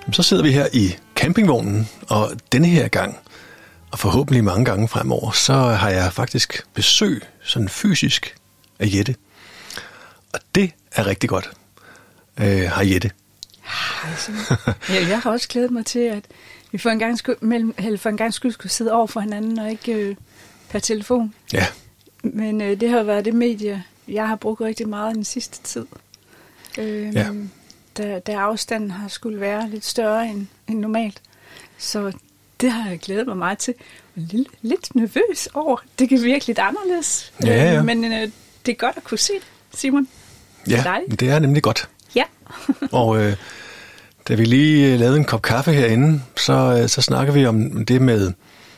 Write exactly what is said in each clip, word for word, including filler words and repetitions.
Så sidder vi her i campingvognen, og denne her gang, og forhåbentlig mange gange fremover, så har jeg faktisk besøg, sådan fysisk, af Jette. Og det er rigtig godt. Øh, hej Jette. Hej Simon. Ja, jeg har også glædet mig til, at vi for en gang skyld, mellem, eller for en gang skyld skulle sidde over for hinanden, og ikke øh, per telefon. Ja. Men øh, det har været det medie, jeg har brugt rigtig meget den sidste tid. Øh, ja. Da, da afstanden har skulle være lidt større end, end normalt. Så det har jeg glædet mig meget til. Og lidt, lidt nervøs over. Det kan virke lidt anderledes. Ja, ja. Øh, men øh, det er godt at kunne se det, Simon. Ja, det er nemlig godt. Ja. Og øh, da vi lige lavede en kop kaffe herinde, så, så snakker vi om det med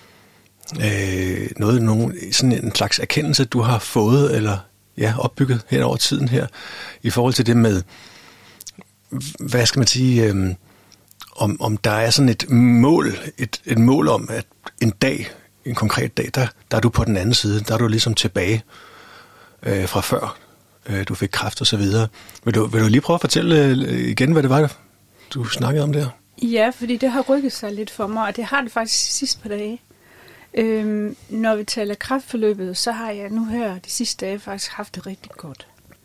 øh, noget, nogen, sådan en slags erkendelse, du har fået, eller ja, opbygget hen over tiden her, i forhold til det med, hvad skal man sige, øh, om, om der er sådan et mål, et, et mål om, at en dag, en konkret dag, der, der er du på den anden side, der er du ligesom tilbage øh, fra før, øh, du fik kræft og så videre. Vil du, vil du lige prøve at fortælle øh, igen, hvad det var, du snakkede om der? Ja, fordi det har rykket sig lidt for mig, og det har det faktisk de sidste par dage. Øhm, når vi taler kræftforløbet, så har jeg nu her de sidste dage faktisk haft det rigtig godt.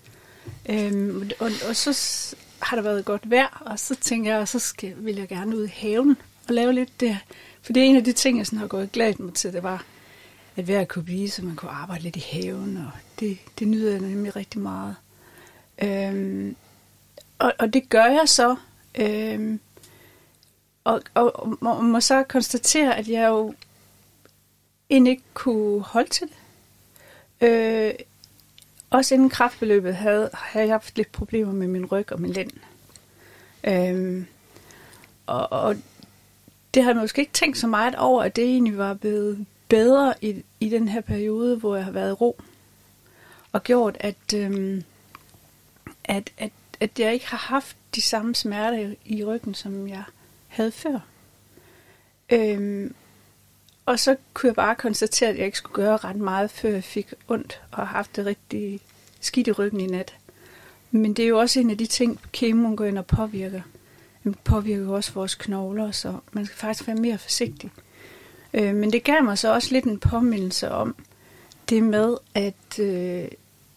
Øhm, og, og så har der været godt vejr, og så tænker jeg, så skal, vil jeg gerne ud i haven og lave lidt det. For det er en af de ting, jeg sådan har gået glædt mig til, det var, at vejret kunne blive, så man kunne arbejde lidt i haven, og det, det nyder jeg nemlig rigtig meget. Øhm, og, og det gør jeg så, øhm, og, og, og må, må så konstatere, at jeg jo egentlig ikke kunne holde til det. Øh, også inden kræftforløbet havde, havde jeg haft lidt problemer med min ryg og min lænd. Øhm, og, og det har jeg måske ikke tænkt så meget over, at det egentlig var blevet bedre i, i den her periode, hvor jeg har været i ro. Og gjort, at, øhm, at, at, at jeg ikke har haft de samme smerter i ryggen, som jeg havde før. Øhm, Og så kunne jeg bare konstatere, at jeg ikke skulle gøre ret meget, før jeg fik ondt og haft det rigtig skidt i ryggen i nat. Men det er jo også en af de ting, kemoen går ind og påvirker. Den påvirker jo også vores knogler, så man skal faktisk være mere forsigtig. Øh, men det gav mig så også lidt en påmindelse om det med, at, øh,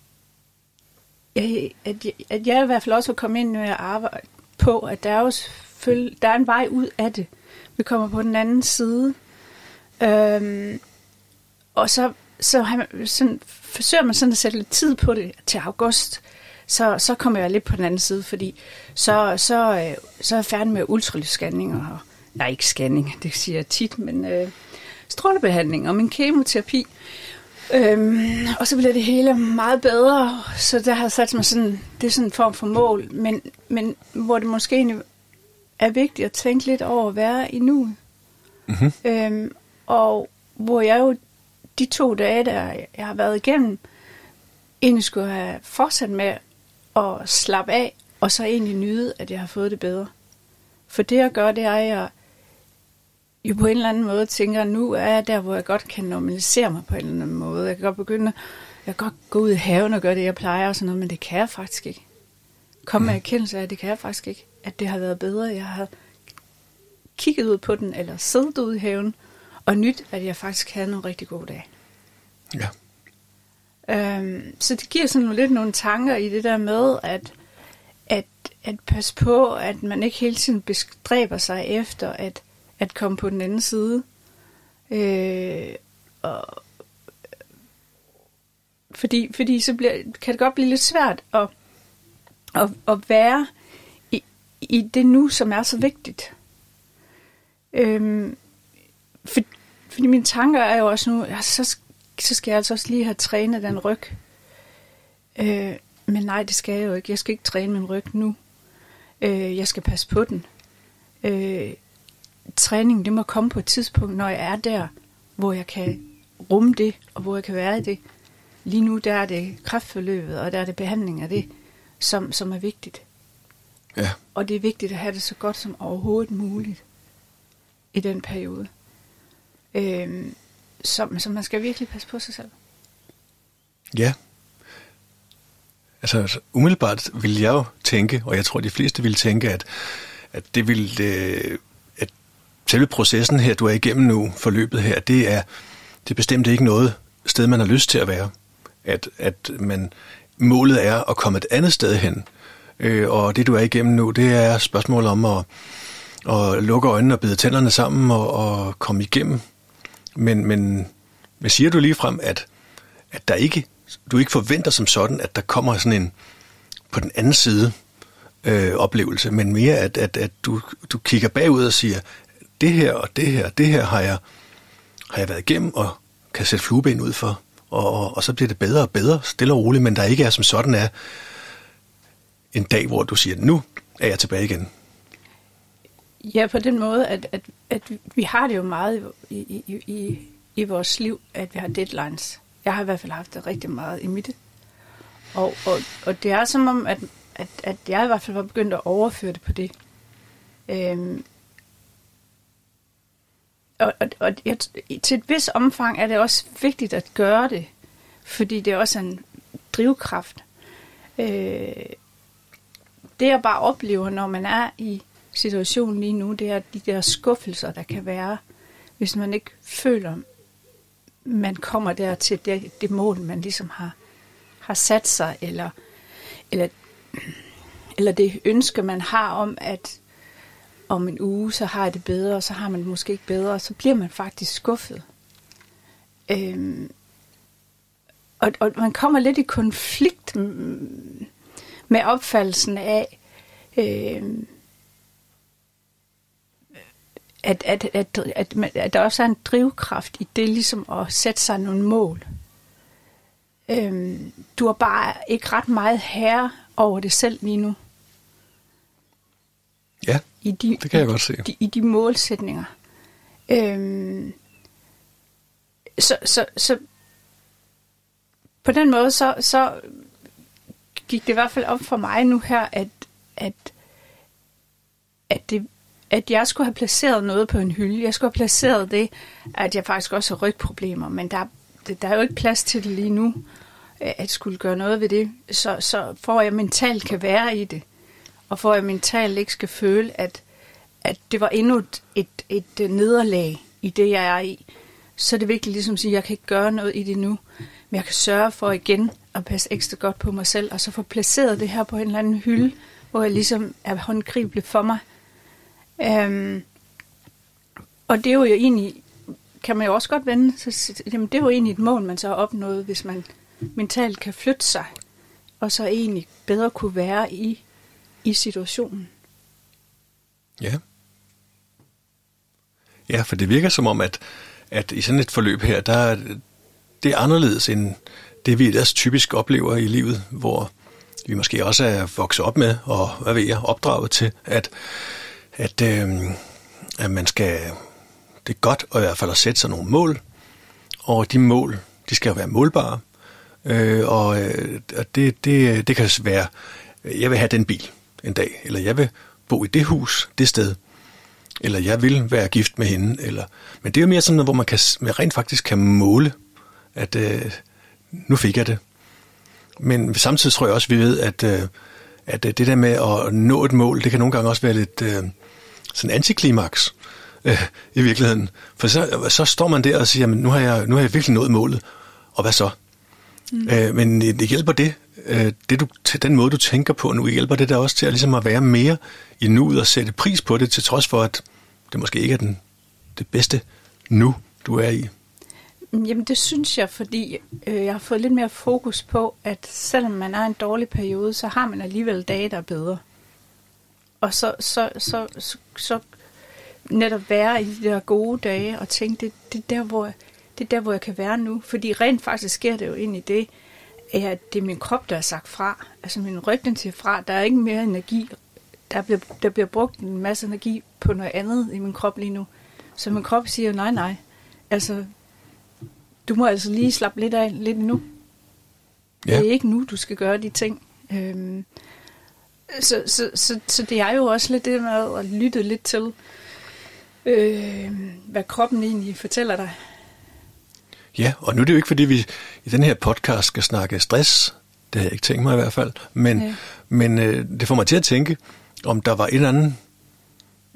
jeg, at, jeg, at jeg i hvert fald også var kommet ind, når jeg arbejder på, at der er, jo der er en vej ud af det. Vi kommer på den anden side. Øhm, og så, så har man, sådan, forsøger man sådan at sætte lidt tid på det til august, så, så kommer jeg lidt på den anden side, fordi så, så, øh, så er jeg færdig med ultralydsscanning, og, nej, ikke scanning, det siger jeg tit, men øh, strålebehandling og min kemoterapi. Øhm, og så bliver det hele meget bedre, så der har sat mig sådan, det er sådan en form for mål, men, men hvor det måske egentlig er vigtigt at tænke lidt over at være i nuet. Mm-hmm. Øhm, og hvor jeg jo de to dage, der jeg har været igennem, egentlig skulle have fortsat med at slappe af, og så egentlig nyde, at jeg har fået det bedre. For det jeg gør, det er, at jeg jo på en eller anden måde tænker, nu er jeg der, hvor jeg godt kan normalisere mig på en eller anden måde. Jeg kan godt begynde, jeg kan godt gå ud i haven og gøre det, jeg plejer og sådan noget, men det kan jeg faktisk ikke. Kom med erkendelse af, at det kan jeg faktisk ikke. At det har været bedre. Jeg har kigget ud på den, eller siddet ude i haven, og nyt, at jeg faktisk havde nogle rigtig gode dage. Ja. Øhm, så det giver sådan lidt nogle tanker i det der med, at, at, at passe på, at man ikke hele tiden bestræber sig efter at, at komme på den anden side. Øh, og, fordi, fordi så bliver, kan det godt blive lidt svært at, at, at være i, i det nu, som er så vigtigt. Øhm, for, fordi mine tanker er jo også nu, ja, så, så skal jeg altså også lige have trænet den ryg. Øh, men nej, det skal jeg jo ikke. Jeg skal ikke træne min ryg nu. Øh, jeg skal passe på den. Øh, træningen, det må komme på et tidspunkt, når jeg er der, hvor jeg kan rumme det, og hvor jeg kan være i det. Lige nu, der er det kræftforløbet, og der er det behandling af det, som, som er vigtigt. Ja. Og det er vigtigt at have det så godt som overhovedet muligt i den periode. Øhm, så, så man skal virkelig passe på sig selv. Ja. Altså, altså umiddelbart vil jeg jo tænke, og jeg tror de fleste vil tænke, at, at det vil, øh, at selve processen her, du er igennem nu, forløbet her, det er, det er bestemt ikke noget sted, man har lyst til at være. At, at man, målet er at komme et andet sted hen. Øh, og det, du er igennem nu, det er spørgsmålet om at, at lukke øjnene og bide tænderne sammen og, og komme igennem. Men, men hvad siger du lige frem, at, at der ikke, du ikke forventer som sådan, at der kommer sådan en på den anden side øh, oplevelse, men mere at, at, at du, du kigger bagud og siger, det her og det her, det her har jeg, har jeg været igennem og kan sætte flueben ud for, og, og, og så bliver det bedre og bedre, stille og roligt, men der ikke er som sådan er en dag, hvor du siger, nu er jeg tilbage igen. Ja, på den måde, at, at, at vi har det jo meget i, i, i, i vores liv, at vi har deadlines. Jeg har i hvert fald haft det rigtig meget i mit. Og, og, og det er som om, at, at, at jeg i hvert fald var begyndt at overføre det på det. Øhm, og og, og jeg, til et vis omfang er det også vigtigt at gøre det, fordi det er også en drivkraft. Øh, det jeg bare oplever, når man er i situationen lige nu, det er de der skuffelser, der kan være, hvis man ikke føler, man kommer der til det, det mål, man ligesom har, har sat sig, eller, eller, eller det ønske, man har om, at om en uge, så har jeg det bedre, og så har man det måske ikke bedre, og så bliver man faktisk skuffet. Øhm, og, og man kommer lidt i konflikt med opfattelsen af, øhm, At, at, at, at, at der også er en drivkraft i det, ligesom at sætte sig nogle mål. Øhm, du er bare ikke ret meget herre over det selv lige nu. Ja, I de, det kan jeg godt se. I de, i de målsætninger. Øhm, så, så, så på den måde, så, så gik det i hvert fald op for mig nu her, at, at, at det at jeg skulle have placeret noget på en hylde. Jeg skulle have placeret det, at jeg faktisk også har rygproblemer, men der, der er jo ikke plads til det lige nu, at skulle gøre noget ved det. Så, så for at jeg mentalt kan være i det, og for at jeg mentalt ikke skal føle, at, at det var endnu et, et, et nederlag i det, jeg er i, så er det vigtigt ligesom at sige, at jeg kan ikke gøre noget i det nu, men jeg kan sørge for igen at passe ekstra godt på mig selv, og så få placeret det her på en eller anden hylde, hvor jeg ligesom er håndgribelig for mig. Øhm, og det er jo egentlig, kan man jo også godt vende, så, jamen det er jo egentlig et mål, man så har opnået, hvis man mentalt kan flytte sig, og så egentlig bedre kunne være i, i situationen. Ja. Ja, for det virker som om, at, at i sådan et forløb her, der er det er anderledes end det, vi ellers typisk oplever i livet, hvor vi måske også er vokset op med, og hvad ved jeg, opdraget til, at At, øh, at man skal, det er godt at i hvert fald at sætte sig nogle mål, og de mål, de skal jo være målbare, øh, og øh, det, det, det kan være, jeg vil have den bil en dag, eller jeg vil bo i det hus, det sted, eller jeg vil være gift med hende, eller, men det er jo mere sådan noget, hvor man, kan, man rent faktisk kan måle, at øh, nu fik jeg det. Men samtidig tror jeg også, vi ved, at, øh, at det der med at nå et mål, det kan nogle gange også være lidt øh, sådan antiklimaks øh, i virkeligheden. For så, så står man der og siger, jamen, nu har jeg, nu har jeg virkelig nået målet, og hvad så? Mm. Øh, men det hjælper det, øh, det du, den måde du tænker på nu, hjælper det der også til at, ligesom at være mere i nuet og sætte pris på det, til trods for, at det måske ikke er den, det bedste nu, du er i. Jamen det synes jeg, fordi øh, jeg har fået lidt mere fokus på, at selvom man er i en dårlig periode, så har man alligevel dage, der er bedre. Og så, så, så, så, så netop være i de der gode dage og tænke, det, det, er der, hvor, det er der, hvor jeg kan være nu. Fordi rent faktisk sker det jo ind i det, at det er min krop, der er sagt fra. Altså min ryg, den siger fra. Der er ikke mere energi. Der bliver, der bliver brugt en masse energi på noget andet i min krop lige nu. Så min krop siger, nej, nej. Altså, du må altså lige slappe lidt af lidt nu. Ja. Det er ikke nu, du skal gøre de ting. Øhm, så, så, så, så det er jo også lidt det med at lytte lidt til, øh, hvad kroppen egentlig fortæller dig. Ja, og nu er det jo ikke, fordi vi i den her podcast skal snakke stress. Det har jeg ikke tænkt mig i hvert fald. Men, ja. men øh, det får mig til at tænke, om der var et eller andet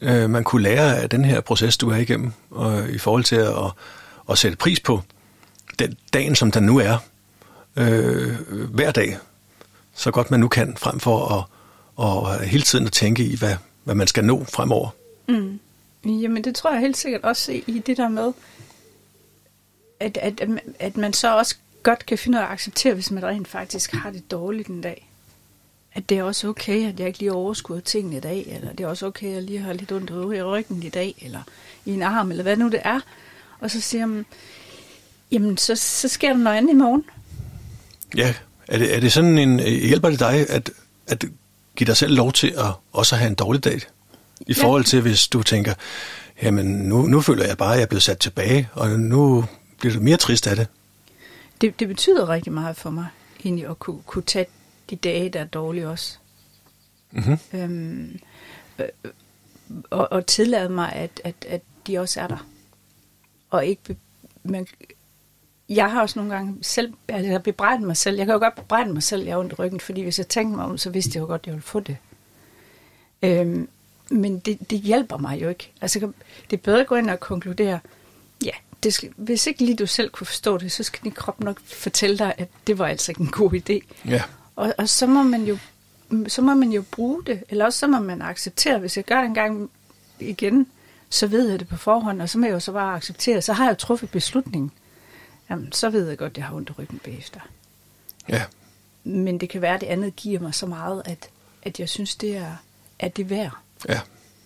øh, man kunne lære af den her proces, du er igennem, og i forhold til at, at sætte pris på den dagen, som den nu er, øh, hver dag, så godt man nu kan, frem for at og hele tiden at tænke i, hvad, hvad man skal nå fremover. Mm. Jamen, det tror jeg helt sikkert også i det der med, at, at, at man så også godt kan finde ud af at acceptere, hvis man rent faktisk har det dårligt en dag. At det er også okay, at jeg ikke lige overskuer tingene i dag, eller det er også okay, at jeg lige har lidt ondt i ryggen i dag, eller i en arm, eller hvad nu det er. Og så siger man, jamen, så, så sker der noget andet i morgen. Ja, er det, er det sådan en, hjælper det dig, at, at give dig selv lov til at også have en dårlig dag? I ja. forhold til, hvis du tænker, jamen, nu, nu føler jeg bare, at jeg er blevet sat tilbage, og nu bliver du mere trist af det. Det, det betyder rigtig meget for mig, egentlig at kunne, kunne tage de dage, der er dårlige også. Mm-hmm. Øhm, øh, og, og tillade mig, at, at, at de også er der. Og ikke... Be, man, jeg har også nogle gange selv... Altså, jeg bebrejdet mig selv. Jeg kan jo godt bebrejde mig selv, jeg har ondt i ryggen, fordi hvis jeg tænker mig om, så vidste jeg jo godt, at jeg ville få det. Øhm, men det, det hjælper mig jo ikke. Altså, det er bedre at gå ind og konkludere, ja, det skal, hvis ikke lige du selv kunne forstå det, så skal din krop nok fortælle dig, at det var altså ikke en god idé. Ja. Og, og så må man jo så må man jo bruge det, eller også så må man acceptere, hvis jeg gør det en gang igen, så ved jeg det på forhånd, og så må jeg jo så bare acceptere, så har jeg jo truffet beslutningen. Jamen, så ved jeg godt, at jeg har ondt i ryggen bagefter. Ja. Men det kan være, at det andet giver mig så meget, at, at jeg synes, det er, at det er værd. Ja.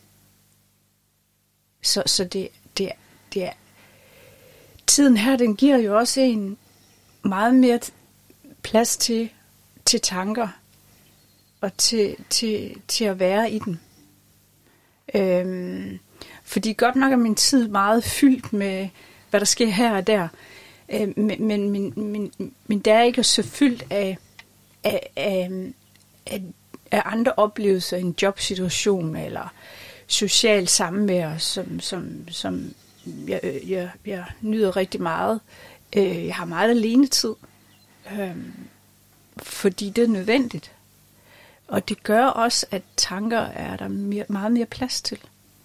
Så, så det, det, det er... Tiden her, den giver jo også en meget mere plads til, til tanker, og til, til, til at være i den. Øhm, fordi godt nok er min tid meget fyldt med, hvad der sker her og der, øhm, men, men min, min, min der er ikke så fyldt af, af, af, af, af andre oplevelser, en jobsituation eller social samvær, som, som, som jeg, jeg, jeg nyder rigtig meget. Øh, jeg har meget alenetid, øh, fordi det er nødvendigt. Og det gør også, at tanker er der mere, meget mere plads til.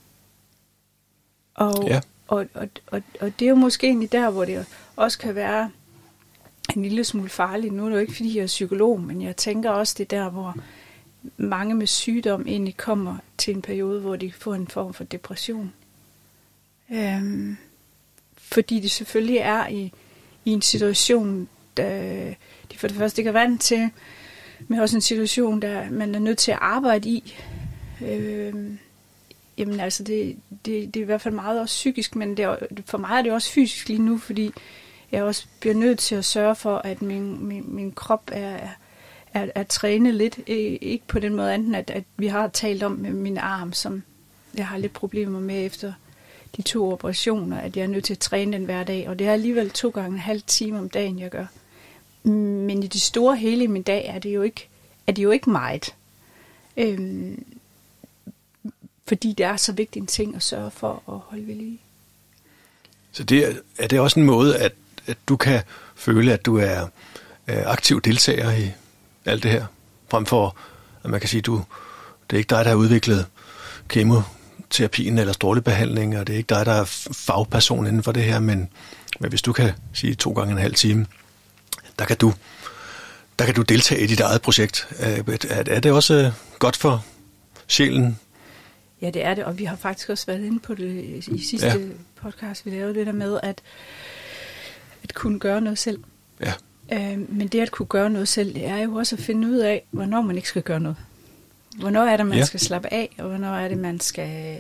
Og, ja. og, og, og, og det er jo måske egentlig der, hvor det også kan være en lille smule farligt. Nu er det jo ikke, fordi jeg er psykolog, men jeg tænker også, det er der, hvor mange med sygdom egentlig kommer til en periode, hvor de får en form for depression. Øhm, fordi de selvfølgelig er i, i en situation, der de for det første ikke er vant til, men også en situation, der man er nødt til at arbejde i. Øhm, jamen altså, det, det, det er i hvert fald meget også psykisk, men det er, for mig er det også fysisk lige nu, fordi jeg også bliver nødt til at sørge for, at min, min, min krop er, er, er trænet lidt. Ikke på den måde anden, at, at vi har talt om med min arm, som jeg har lidt problemer med efter de to operationer, at jeg er nødt til at træne den hver dag, og det er alligevel to gange en halv time om dagen, jeg gør. Men i det store hele i min dag er det jo ikke, er det jo ikke meget. Øhm, fordi det er så vigtig en ting at sørge for at holde ved lige. Så det er, er det også en måde, at, at du kan føle, at du er øh, aktiv deltager i alt det her? Frem for, at man kan sige, du det er ikke dig, der har udviklet kemoterapien eller strålebehandling, og det er ikke dig, der er fagperson inden for det her, men, men hvis du kan sige to gange en halv time, der kan du, der kan du deltage i dit eget projekt. Er, er det også godt for sjælen? Ja, det er det, og vi har faktisk også været inde på det i sidste ja. podcast, vi lavede det der med, at, at kunne gøre noget selv. Ja. Øh, men det at kunne gøre noget selv, det er jo også at finde ud af, hvornår man ikke skal gøre noget. Hvornår er det, man ja. skal slappe af, og hvornår er det, man skal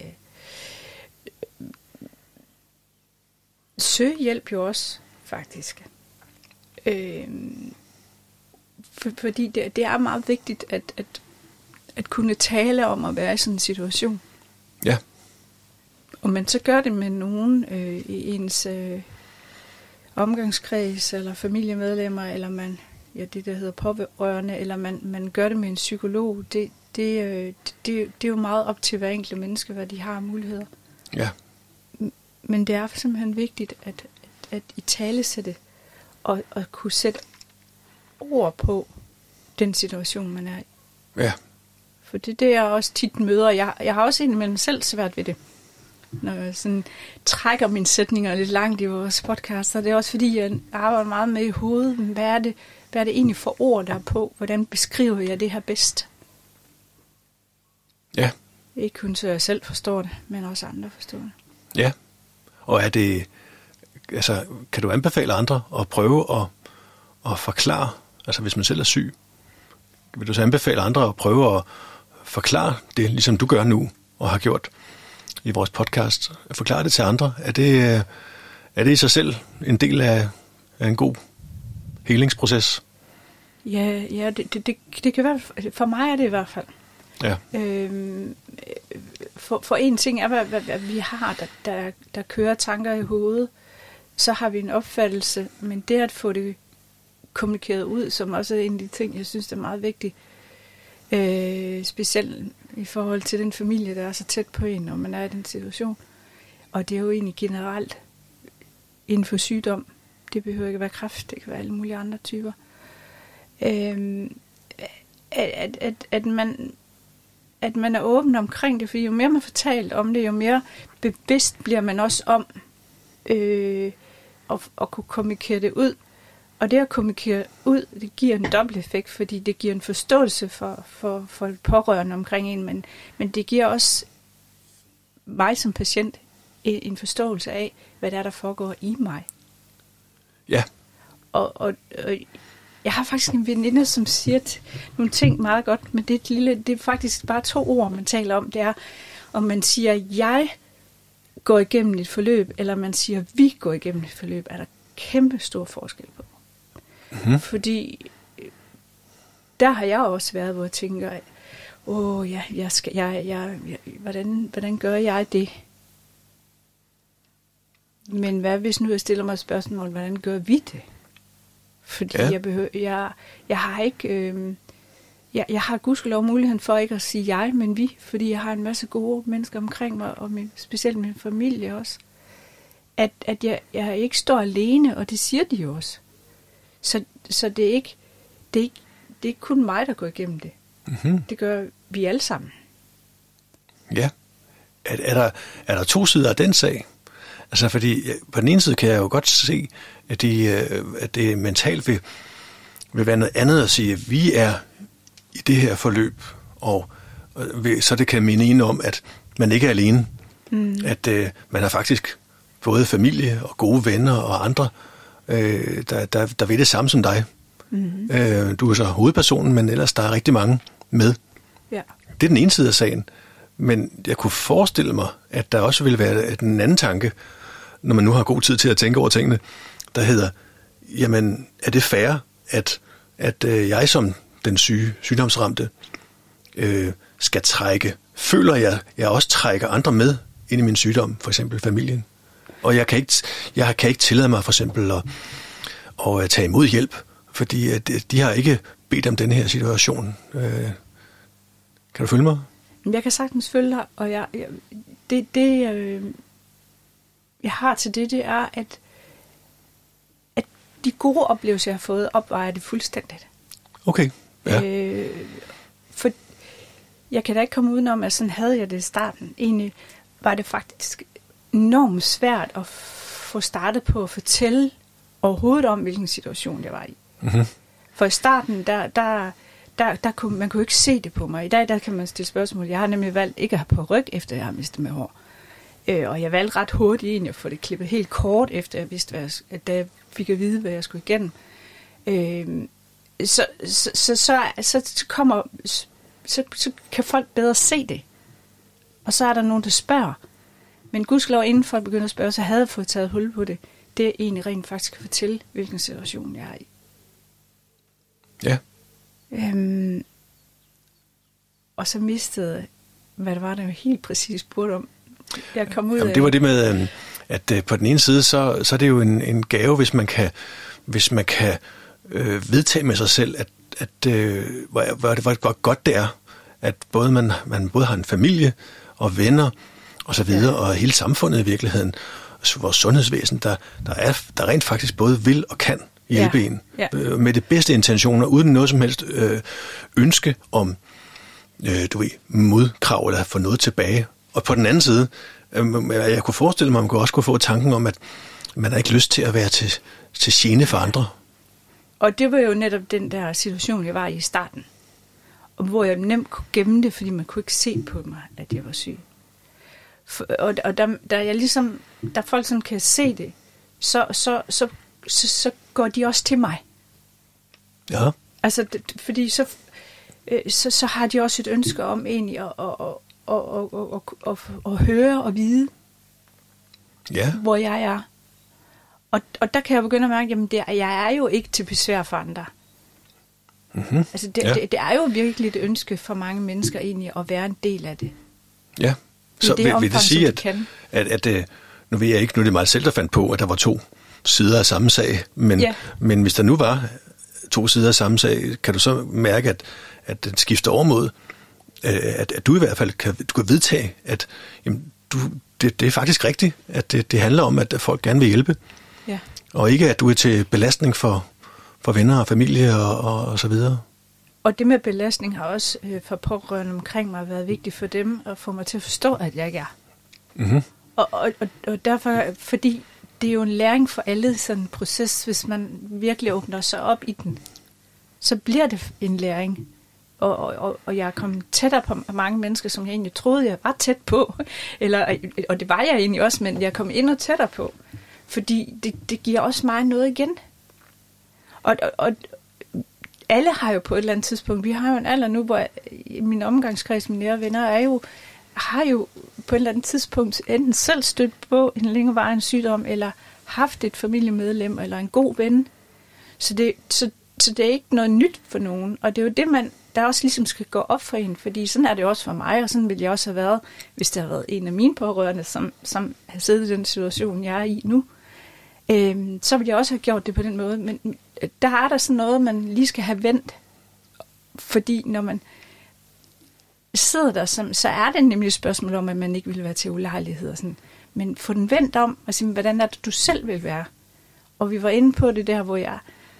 søge hjælp jo også, faktisk. Øh, for, fordi det, det er meget vigtigt at, at, at kunne tale om at være i sådan en situation. Ja. Og man så gør det med nogen øh, i ens øh, omgangskreds, eller familiemedlemmer, eller man, ja, det der hedder pårørende, eller man, man gør det med en psykolog, det, det, øh, det, det, det er jo meget op til hver enkelt menneske, hvad de har af muligheder. Ja. Men det er simpelthen vigtigt at, at, at i tale sætte og, og kunne sætte ord på den situation, man er i. Ja. For det er det, jeg også tit møder. Jeg, jeg har også indimellem selv svært ved det. Når jeg sådan trækker mine sætninger lidt langt i vores podcast, så det er også fordi, jeg arbejder meget med i hovedet. Hvad er det, hvad er det egentlig for ord, der er på? Hvordan beskriver jeg det her bedst? Ja. Ikke kun så jeg selv forstår det, men også andre forstår det. Ja, og er det, altså, kan du anbefale andre at prøve at, at forklare, altså hvis man selv er syg, vil du så anbefale andre at prøve at forklare det, ligesom du gør nu, og har gjort i vores podcast, at forklare det til andre? Er det, er det i sig selv en del af, af en god helingsproces? Ja, ja det, det, det, det kan være, for mig er det i hvert fald. Ja. Øhm, for, for en ting er, hvad, hvad, hvad vi har, der, der, der kører tanker i hovedet, så har vi en opfattelse, men det at få det kommunikeret ud, som også er en af de ting, jeg synes er meget vigtigt, øh, specielt i forhold til den familie, der er så tæt på en, når man er i den situation. Og det er jo egentlig generelt inden for sygdom. Det behøver ikke at være kræft, det kan være alle mulige andre typer. Øh, at, at, at, man, at man er åben omkring det, fordi jo mere man får talt om det, jo mere bevidst bliver man også om øh, at, at kunne kommunikere det ud. Og det at kommunikere ud, det giver en dobbelt effekt, fordi det giver en forståelse for, for, for pårørende omkring en, men, men det giver også mig som patient en, en forståelse af, hvad der er, der foregår i mig. Ja. Og, og, og jeg har faktisk en veninde, som siger nogle ting meget godt, men det er, et lille, det er faktisk bare to ord, man taler om. Det er, om man siger, jeg går igennem et forløb, eller man siger, vi går igennem et forløb, er der kæmpe stor forskel på. Mm-hmm. Fordi der har jeg også været, hvor jeg tænker, åh, ja, jeg skal, jeg, jeg, jeg, hvordan, hvordan gør jeg det? Men hvad hvis nu jeg stiller mig et spørgsmål, hvordan gør vi det? Fordi ja. jeg, behøver, jeg, jeg har ikke, øh, jeg, jeg har gudskelov muligheden for ikke at sige jeg, men vi, fordi jeg har en masse gode mennesker omkring mig, og min, specielt min familie også. At, at jeg, jeg ikke står alene, og det siger de jo også. Så, så det, er ikke, det, er ikke, det er ikke kun mig, der går igennem det. Mm-hmm. Det gør vi alle sammen. Ja. Er, er, der, er der to sider af den sag? Altså, fordi på den ene side kan jeg jo godt se, at, de, at det mentalt vil, vil være noget andet at sige, at vi er i det her forløb, og, og så det kan minde en om, at man ikke er alene. Mm. At uh, man har faktisk både familie og gode venner og andre, øh, der, der, der ved det samme som dig. Mm-hmm. Øh, du er så hovedpersonen, men ellers der er rigtig mange med. Ja. Det er den ene side af sagen. Men jeg kunne forestille mig, at der også ville være en anden tanke, når man nu har god tid til at tænke over tingene, der hedder, jamen, er det fair, at, at øh, jeg som den syge, sygdomsramte, øh, skal trække, føler jeg, jeg også trækker andre med ind i min sygdom, for eksempel familien. Og jeg kan ikke, jeg kan ikke tillade mig for eksempel at, at tage imod hjælp, fordi at de har ikke bedt om den her situation. Øh, kan du følge mig? Jeg kan sagtens følge dig, og jeg, jeg, det, det øh, jeg har til det, det er, at, at de gode oplevelser, jeg har fået, opvejer det fuldstændigt. Okay, ja. Øh, for jeg kan da ikke komme udenom, at sådan havde jeg det i starten. Egentlig var det faktisk enormt svært at få startet på at fortælle overhovedet om, hvilken situation jeg var i. Mm-hmm. For i starten, der, der, der, der kunne man kunne ikke se det på mig. I dag der kan man stille spørgsmål. Jeg har nemlig valgt ikke at have på ryg, efter jeg har mistet med hår. Øh, og jeg valgte ret hurtigt egentlig at få det klippet helt kort, efter jeg vidste, hvad jeg, at da jeg fik at vide, hvad jeg skulle igennem. Øh, så, så, så, så, så, kommer, så, så kan folk bedre se det. Og så er der nogen, der spørger. Men gudskelov, inden folk begynder at spørge, så havde jeg fået taget hul på det. Det er egentlig rent faktisk at fortælle, hvilken situation jeg er i. Ja. Øhm, og så mistede, hvad det var, der var helt præcis spurgte om. Jeg kom ud Jamen, af... det var det med, at på den ene side, så, så er det jo en, en gave, hvis man kan, hvis man kan øh, vedtage med sig selv, at, at øh, hvor, hvor, hvor, hvor godt det er, at både man, man både har en familie og venner og så videre, ja. Og hele samfundet i virkeligheden, vores sundhedsvæsen, der, der, er, der rent faktisk både vil og kan hjælpe ja. en Ja. Øh, med de bedste intentioner, uden noget som helst øh, ønske om øh, du ved, modkrav eller få noget tilbage. Og på den anden side, øh, jeg kunne forestille mig, at man kunne også kunne få tanken om, at man har ikke lyst til at være til, til gene for andre. Og det var jo netop den der situation, jeg var i i starten. Og hvor jeg nemt kunne gemme det, fordi man kunne ikke se på mig, at jeg var syg. For, og og der, der jeg ligesom, der folk sådan kan se det, så, så, så, så, så går de også til mig. Ja. Altså, det, fordi så, øh, så, så har de også et ønske om egentlig at, at, at, at, at, at, at, at høre og vide, ja. hvor jeg er. Og, og der kan jeg begynde at mærke, jamen det, jeg er jo ikke til besvær for andre. Mm-hmm. Altså det, ja. det, det er jo virkelig et ønske for mange mennesker egentlig at være en del af det. Ja, så det vil, omfang, vil det sige, at, at, at, at nu ved jeg ikke, nu er det mig selv, der fandt på, at der var to sider af samme sag, men, ja. men hvis der nu var to sider af samme sag, kan du så mærke, at, at den skifter over mod, at, at du i hvert fald kan, du kan vedtage, at jamen, du, det, det er faktisk rigtigt, at det, det handler om, at folk gerne vil hjælpe, ja. og ikke at du er til belastning for, for venner og familie og, og, og så videre. Og det med belastning har også øh, for pårørende omkring mig været vigtigt for dem at få mig til at forstå, at jeg ikke er. Mm-hmm. Og, og, og, og derfor, fordi det er jo en læring for alle sådan en proces, hvis man virkelig åbner sig op i den, så bliver det en læring. Og, og, og jeg er kommet tættere på mange mennesker, som jeg egentlig troede, jeg var tæt på. Eller, og det var jeg egentlig også, men jeg er kommet endnu tættere på. Fordi det, det giver også mig noget igen. Og, og, og alle har jo på et eller andet tidspunkt, vi har jo en alder nu, hvor min omgangskreds, mine nære venner, er jo, har jo på et eller andet tidspunkt enten selv stødt på en længerevarende sygdom, eller haft et familiemedlem, eller en god ven. Så det, så, så det er ikke noget nyt for nogen. Og det er jo det, man der også ligesom skal gå op for en, fordi sådan er det også for mig, og sådan ville jeg også have været, hvis der havde været en af mine pårørende, som, som har siddet i den situation, jeg er i nu. Øhm, så ville jeg også have gjort det på den måde, men der er der sådan noget, man lige skal have vendt, fordi når man sidder der, så, så er det nemlig et spørgsmål om, at man ikke vil være til ulejlighed og sådan, men få den vendt om, og sige, hvordan er det, du selv vil være? Og vi var inde på det der, hvor jeg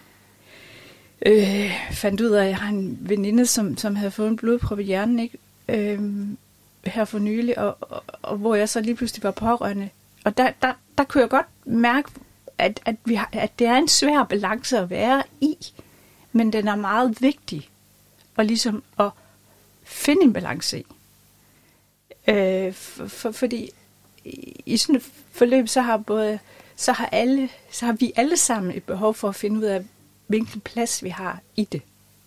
øh, fandt ud af, at jeg har en veninde, som, som havde fået en blodprop i hjernen, ikke? Øh, her for nylig, og, og, og hvor jeg så lige pludselig var pårørende. Og der, der, der kunne jeg godt mærke, at, at, vi har, at det er en svær balance at være i, men den er meget vigtig, og ligesom at finde en balance i. Øh, for, for, fordi i sådan et forløb, så har både så har alle, så har vi alle sammen et behov for at finde ud af, hvilken plads vi har i det.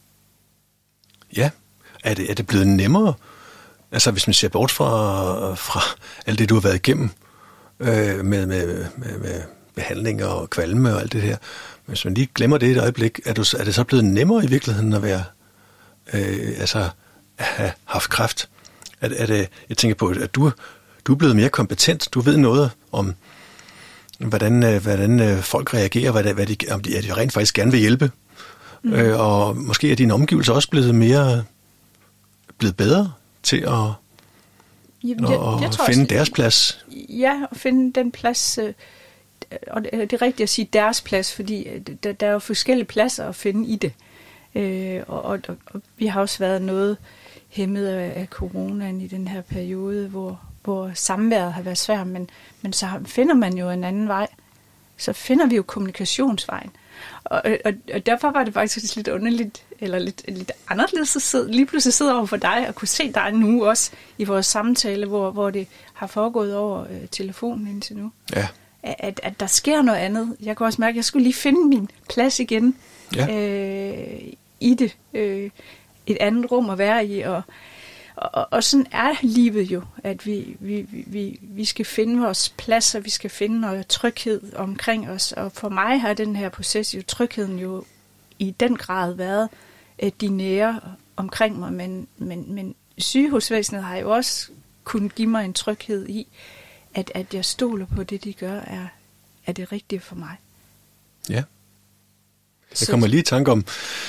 Ja, er det, er det blevet nemmere? Altså hvis man ser bort fra, fra alt det, du har været igennem, øh, med, med, med, med behandlinger og kvalme og alt det her. Hvis man lige glemmer det et øjeblik, er, du, er det så blevet nemmere i virkeligheden at være, øh, altså at have haft kræft? Er, er det, jeg tænker på, at du, du er blevet mere kompetent. Du ved noget om, hvordan, hvordan folk reagerer, hvad, hvad de, om de, at de rent faktisk gerne vil hjælpe. Mm. Øh, og måske er dine omgivelser også blevet mere, blevet bedre til at, Jamen, jeg, at jeg tror finde også, deres plads. Ja, at finde den plads, øh, og det, det er rigtigt at sige deres plads, fordi der, der er jo forskellige pladser at finde i det. Øh, og, og, og vi har også været noget hæmmet af, af coronaen i den her periode, hvor, hvor samværet har været svært, men, men så finder man jo en anden vej. Så finder vi jo kommunikationsvejen. Og, og, og derfor var det faktisk lidt underligt, eller lidt, lidt anderledes at sidde, lige pludselig sidde over for dig, og kunne se dig nu også i vores samtale, hvor, hvor det har foregået over øh, telefonen indtil nu. Ja. At, at der sker noget andet. Jeg kunne også mærke, at jeg skulle lige finde min plads igen, ja. øh, i det. Øh, et andet rum at være i, og Og, og sådan er livet jo, at vi, vi, vi, vi skal finde vores plads, og vi skal finde noget tryghed omkring os. Og for mig har den her proces jo, trygheden jo i den grad været at de nære omkring mig, men, men, men sygehusvæsenet har jo også kunnet give mig en tryghed i, at, at jeg stoler på det, de gør, er, er det rigtige for mig. Ja. Jeg kommer lige i tanke om,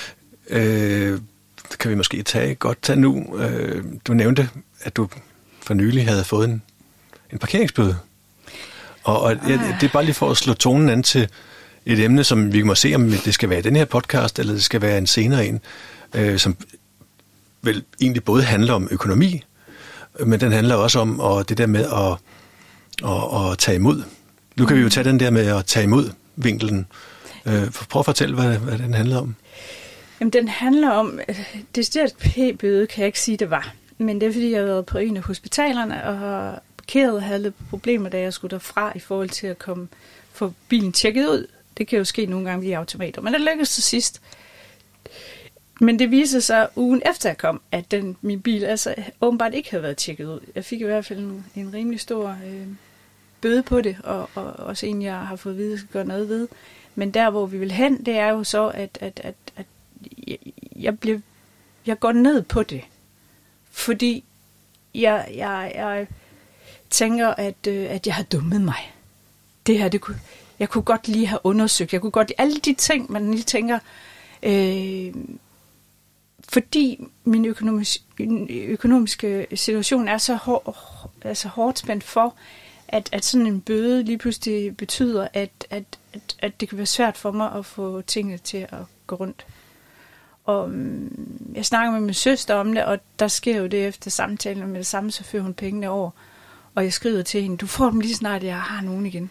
øh, det kan vi måske tage godt tage nu. Øh, du nævnte, at du for nylig havde fået en, en parkeringsbøde. Og, og ah. jeg, det er bare lige for at slå tonen an til et emne, som vi må se, om det skal være i den her podcast, eller det skal være en senere en, øh, som vel egentlig både handler om økonomi, men den handler også om og det der med at, at, at tage imod. Nu kan vi jo tage den der med at tage imod vinkelen. Øh, prøv at fortælle, hvad, hvad den handler om. Jamen, den handler om, decideret p-bøde kan jeg ikke sige, det var. Men det er, fordi jeg har været på en af hospitalerne og har parkeret og havde lidt problemer, da jeg skulle derfra i forhold til at komme få bilen tjekket ud. Det kan jo ske nogle gange via automater, men det lykkedes til sidst. Men det viser sig ugen efter jeg kom, at den, min bil altså åbenbart ikke havde været tjekket ud. Jeg fik i hvert fald en, en rimelig stor øh, bøde på det, og, og også en, jeg har fået at vide, at jeg skal gøre noget ved. Men der, hvor vi vil hen, det er jo så, at, at, at, at jeg, jeg, bliver, jeg går ned på det. Fordi jeg, jeg, jeg tænker, at, øh, at jeg har dummet mig. Det her, det kunne, jeg kunne godt lige have undersøgt. Jeg kunne godt alle de ting, man lige tænker, øh, fordi min økonomisk, økonomiske situation er så hår, altså hårdt spændt for, at, at sådan en bøde lige pludselig betyder, at, at, at, at det kan være svært for mig at få tingene til at gå rundt. Og jeg snakker med min søster om det, og der sker jo det efter samtalen med det samme, så fører hun pengene over. Og jeg skriver til hende, du får dem lige snart, jeg har nogen igen.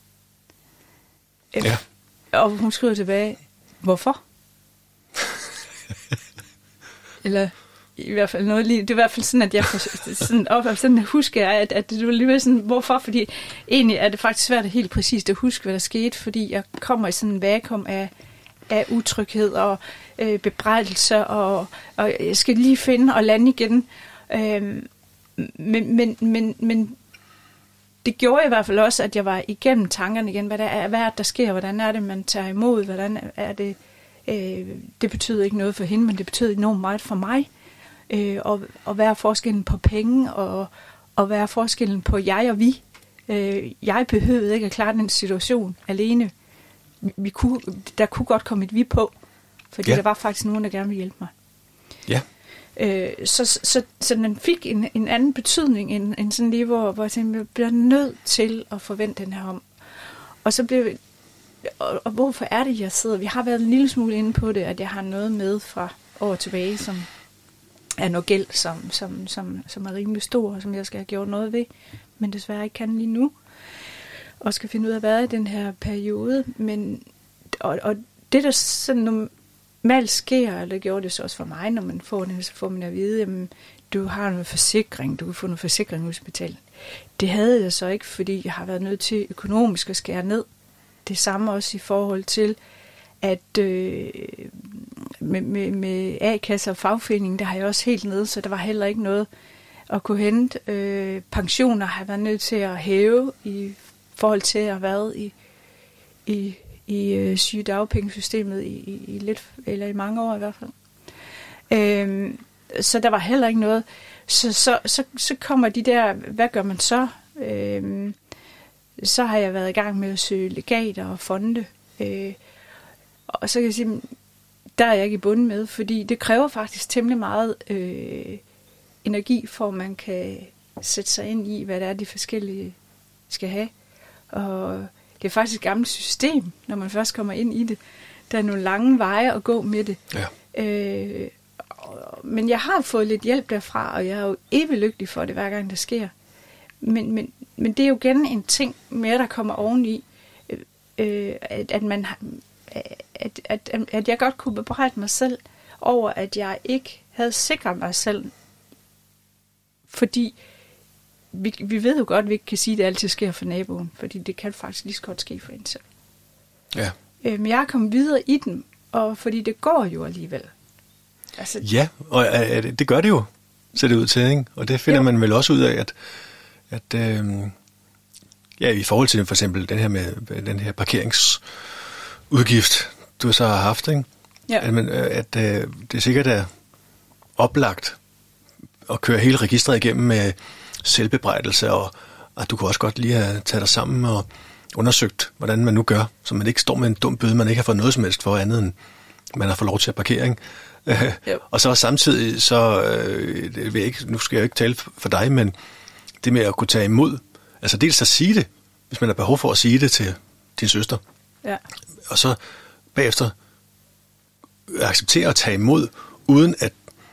Ja. Og hun skriver tilbage, hvorfor? Eller i hvert fald noget lige, det er i hvert fald sådan, at jeg sådan, op, sådan husker jeg, at, at det var lige sådan, hvorfor? Fordi egentlig er det faktisk svært at helt præcist at huske, hvad der skete, fordi jeg kommer i sådan en vakuum af, af utryghed og øh, bebrejdelser, og, og jeg skal lige finde og lande igen. Øhm, men, men, men, men det gjorde i hvert fald også, at jeg var igennem tankerne igen, hvad der er, hvad er det, der sker, hvordan er det, man tager imod, hvordan er det, øh, det betyder ikke noget for hende, men det betyder enormt meget for mig. Øh, og, og hvad er forskellen på penge, og, og hvad er forskellen på jeg og vi. Øh, jeg behøvede ikke at klare den situation alene. Vi kunne, der kunne godt komme et vi på, fordi ja. Der var faktisk nogen, der gerne ville hjælpe mig. Ja. Øh, så, så, så den fik en, en anden betydning, end, end sådan lige, hvor, hvor jeg tænkte, jeg bliver nødt til at forvente den her om. Og så blev og, og hvorfor er det, jeg sidder? Vi har været en lille smule inde på det, at jeg har noget med fra år tilbage, som er noget gæld, som, som, som, som er rimelig stor, og som jeg skal have gjort noget ved, men desværre ikke kan lige nu. Og skal finde ud af, hvad er i den her periode. Men, og, og det, der sådan normalt sker, eller det gjorde det så også for mig, når man får det, så får man at vide, jamen, du har noget forsikring, du kan få noget forsikring i hospitalet. Det havde jeg så ikke, fordi jeg har været nødt til økonomisk at skære ned. Det samme også i forhold til, at øh, med, med, med A-kasser og fagforeningen, der har jeg også helt nede, så der var heller ikke noget at kunne hente. Øh, pensioner har jeg været nødt til at hæve i forhold til at have været i, i, i øh, sygedagpengesystemet i, i, i lidt, eller i mange år i hvert fald. Øh, så der var heller ikke noget. Så, så, så, så kommer de der, hvad gør man så? Øh, så har jeg været i gang med at søge legater og fonde. Øh, og så kan jeg sige, der er jeg ikke i bunden med, fordi det kræver faktisk temmelig meget øh, energi, for at man kan sætte sig ind i, hvad det er, de forskellige skal have. Og det er faktisk et gammelt system, når man først kommer ind i det. Der er nogle lange veje at gå med det. Ja. Øh, men jeg har fået lidt hjælp derfra, og jeg er jo evig lykkelig for det, hver gang det sker. Men, men, men det er jo igen en ting mere, der kommer oveni, øh, at, at, man, at, at, at jeg godt kunne bebrejde mig selv over, at jeg ikke havde sikret mig selv. Fordi vi, vi ved jo godt, at vi ikke kan sige, at det altid sker for naboen, fordi det kan faktisk lige så godt ske for en selv. Ja. Øh, men jeg er kommet videre i den, og fordi det går jo alligevel. Altså, ja, og øh, det gør det jo, ser det ud til, ikke? Og det finder jo. Man vel også ud af, at, at øh, ja, i forhold til for eksempel den her med den her parkeringsudgift, du så har haft, ikke? Ja. At, man, at øh, det sikkert er oplagt at køre hele registret igennem med selvbebrejdelse, og at du kunne også godt lige have taget dig sammen og undersøgt, hvordan man nu gør, så man ikke står med en dum bøde, man ikke har fået noget som helst for andet, end man har fået lov til at parkere, ikke? Og så samtidig, så øh, det vil jeg ikke, nu skal jeg jo ikke tale for dig, men det med at kunne tage imod, altså dels at sige det, hvis man har behov for at sige det til din søster, ja. Og så bagefter acceptere at tage imod, uden at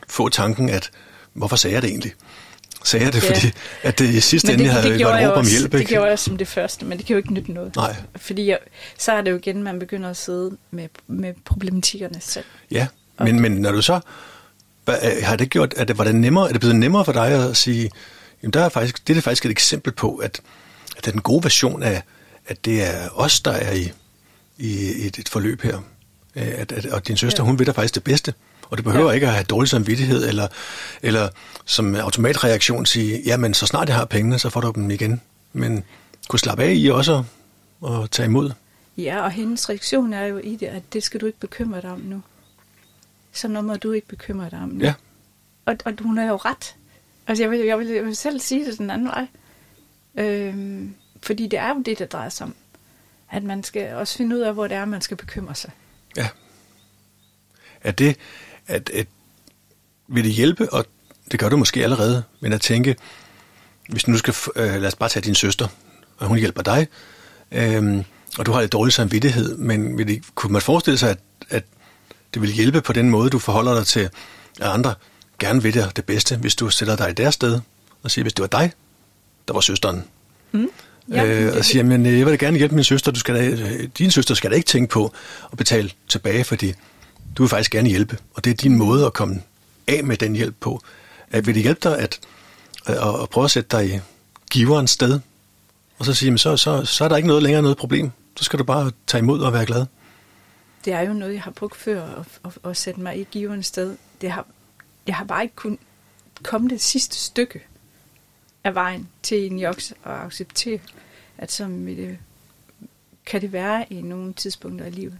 få tanken, at hvorfor sagde jeg det egentlig? Sagde jeg det, ja. fordi at det i sidste ende, jeg havde det et råb om hjælp, ikke? Det ikke? gjorde jeg som det første, men det kan jo ikke nytte noget. Nej. Fordi jeg, så er det jo igen, man begynder at sidde med, med problematikkerne selv. Ja, men, men når du så, har det gjort, at det, var det nemmere, er det blevet nemmere for dig at sige, jamen der er faktisk, det er faktisk et eksempel på, at, at det er den gode version af, at det er os, der er i, i et, et forløb her. At, at, og din søster, ja. hun ved da faktisk det bedste. Og det behøver ja. ikke at have dårlig samvittighed, eller, eller som automatreaktion sige, jamen så snart jeg har pengene, så får du dem igen. Men kunne slappe af i også og tage imod. Ja, og hendes reaktion er jo i det, at det skal du ikke bekymre dig om nu. Så noget må du ikke bekymre dig om nu. Ja. Og, og hun er jo ret. Altså jeg vil, jeg vil, jeg vil selv sige det den anden vej. Øhm, fordi det er jo det, der drejer sig om. At man skal også finde ud af, hvor det er, man skal bekymre sig. Ja. Er det, at, at vil det hjælpe, og det gør du måske allerede, men at tænke, hvis du nu skal, øh, lad os bare tage din søster, og hun hjælper dig, øh, og du har lidt dårlig samvittighed, men vil det, kunne man forestille sig, at, at det vil hjælpe på den måde, du forholder dig til, at andre gerne vil dig det bedste, hvis du sætter dig i deres sted, og siger, hvis det var dig, der var søsteren, mm. ja, øh, og siger, men jeg vil da gerne hjælpe min søster, du skal da, din søster skal da ikke tænke på at betale tilbage, fordi du vil faktisk gerne hjælpe, og det er din måde at komme af med den hjælp på. At vil det hjælpe dig at, at, at prøve at sætte dig i giverens sted, og så sige, så, så, så er der ikke noget længere noget problem. Så skal du bare tage imod og være glad. Det er jo noget, jeg har brugt før, at, at, at sætte mig i giverens sted. Det har, jeg har bare ikke kunnet komme det sidste stykke af vejen til egentlig også at acceptere, at som det, kan det være i nogle tidspunkter i livet.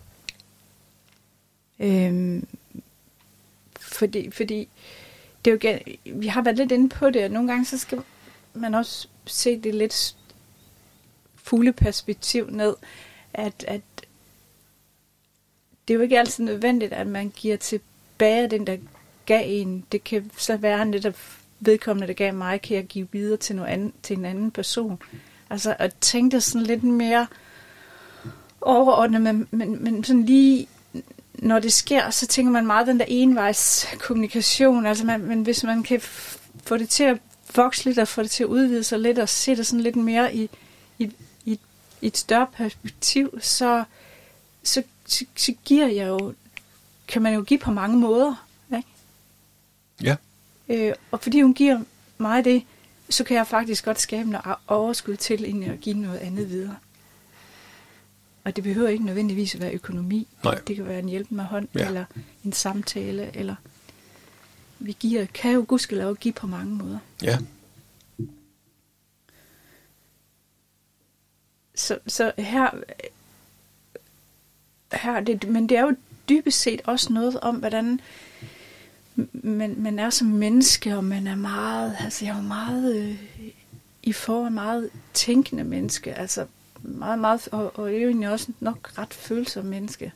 Øhm, fordi, fordi det er jo, vi har været lidt inde på det, og nogle gange så skal man også se det lidt fugleperspektiv ned, at, at det er jo ikke altid nødvendigt, at man giver tilbage af den, der gav en. Det kan så være netop vedkommende, der gav mig, kan jeg give videre til, noget andet, til en anden person. Altså at tænke det sådan lidt mere overordnet, men, men, men sådan lige når det sker, så tænker man meget den der envejs kommunikation. Altså man, men hvis man kan f- få det til at vokse lidt, og få det til at udvide sig lidt, og se det sådan lidt mere i, i, i, i et større perspektiv, så, så, så, så giver jeg jo, kan man jo give på mange måder. Ikke? Ja. Øh, og fordi hun giver mig det, så kan jeg faktisk godt skabe noget overskud til, inden at give noget andet videre. Og det behøver ikke nødvendigvis at være økonomi. Nej. Det kan være en hjælp med hånd, ja. eller en samtale, eller vi giver, kan jo gudskelov give på mange måder. Ja. Så, så her, her det, men det er jo dybest set også noget om, hvordan man, man er som menneske, og man er meget, altså jeg er jo meget øh, i forhold meget tænkende menneske, altså meget, meget, og, og er jo egentlig også nok ret følsom menneske.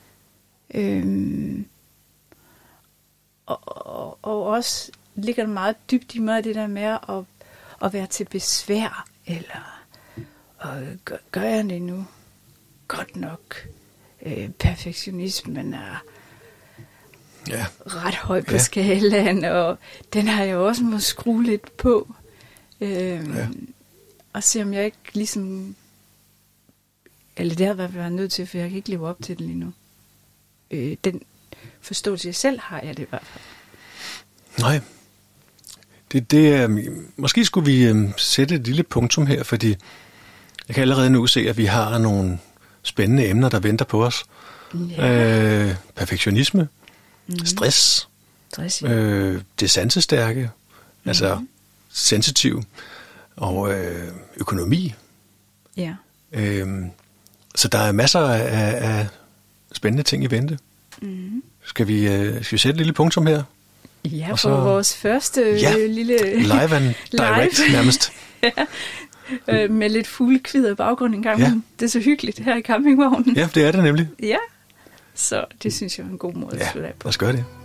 Øhm, og, og, og også ligger meget dybt i mig det der med at, at være til besvær, eller og gør, gør jeg det nu godt nok? Øh, perfektionismen er ja. ret høj på ja. skalaen, og den har jeg også må skrue lidt på. Øhm, ja. Og se om jeg ikke ligesom, eller det har jeg været nødt til, for jeg kan ikke leve op til det lige nu. Øh, den forståelse jeg selv har jeg det i hvert fald. Nej. Det, det er, måske skulle vi um, sætte et lille punktum her, fordi jeg kan allerede nu se, at vi har nogle spændende emner, der venter på os. Ja. Øh, perfektionisme, mm-hmm. stress, stress ja. øh, det sansestærke, mm-hmm. altså sensitiv, og øh, økonomi. Ja. Øh, så der er masser af, af spændende ting i vente. Mm-hmm. Skal vi, øh, skal vi sætte et lille punktum her? Ja, for så, vores første ja, lille live and direct live. nærmest. Ja. Øh, med lidt fuglekvider i baggrunden engang. Ja. Det er så hyggeligt her i campingvognen. Ja, det er det nemlig. Ja, så det synes jeg er en god måde ja, at slutte af på. lad os gøre det.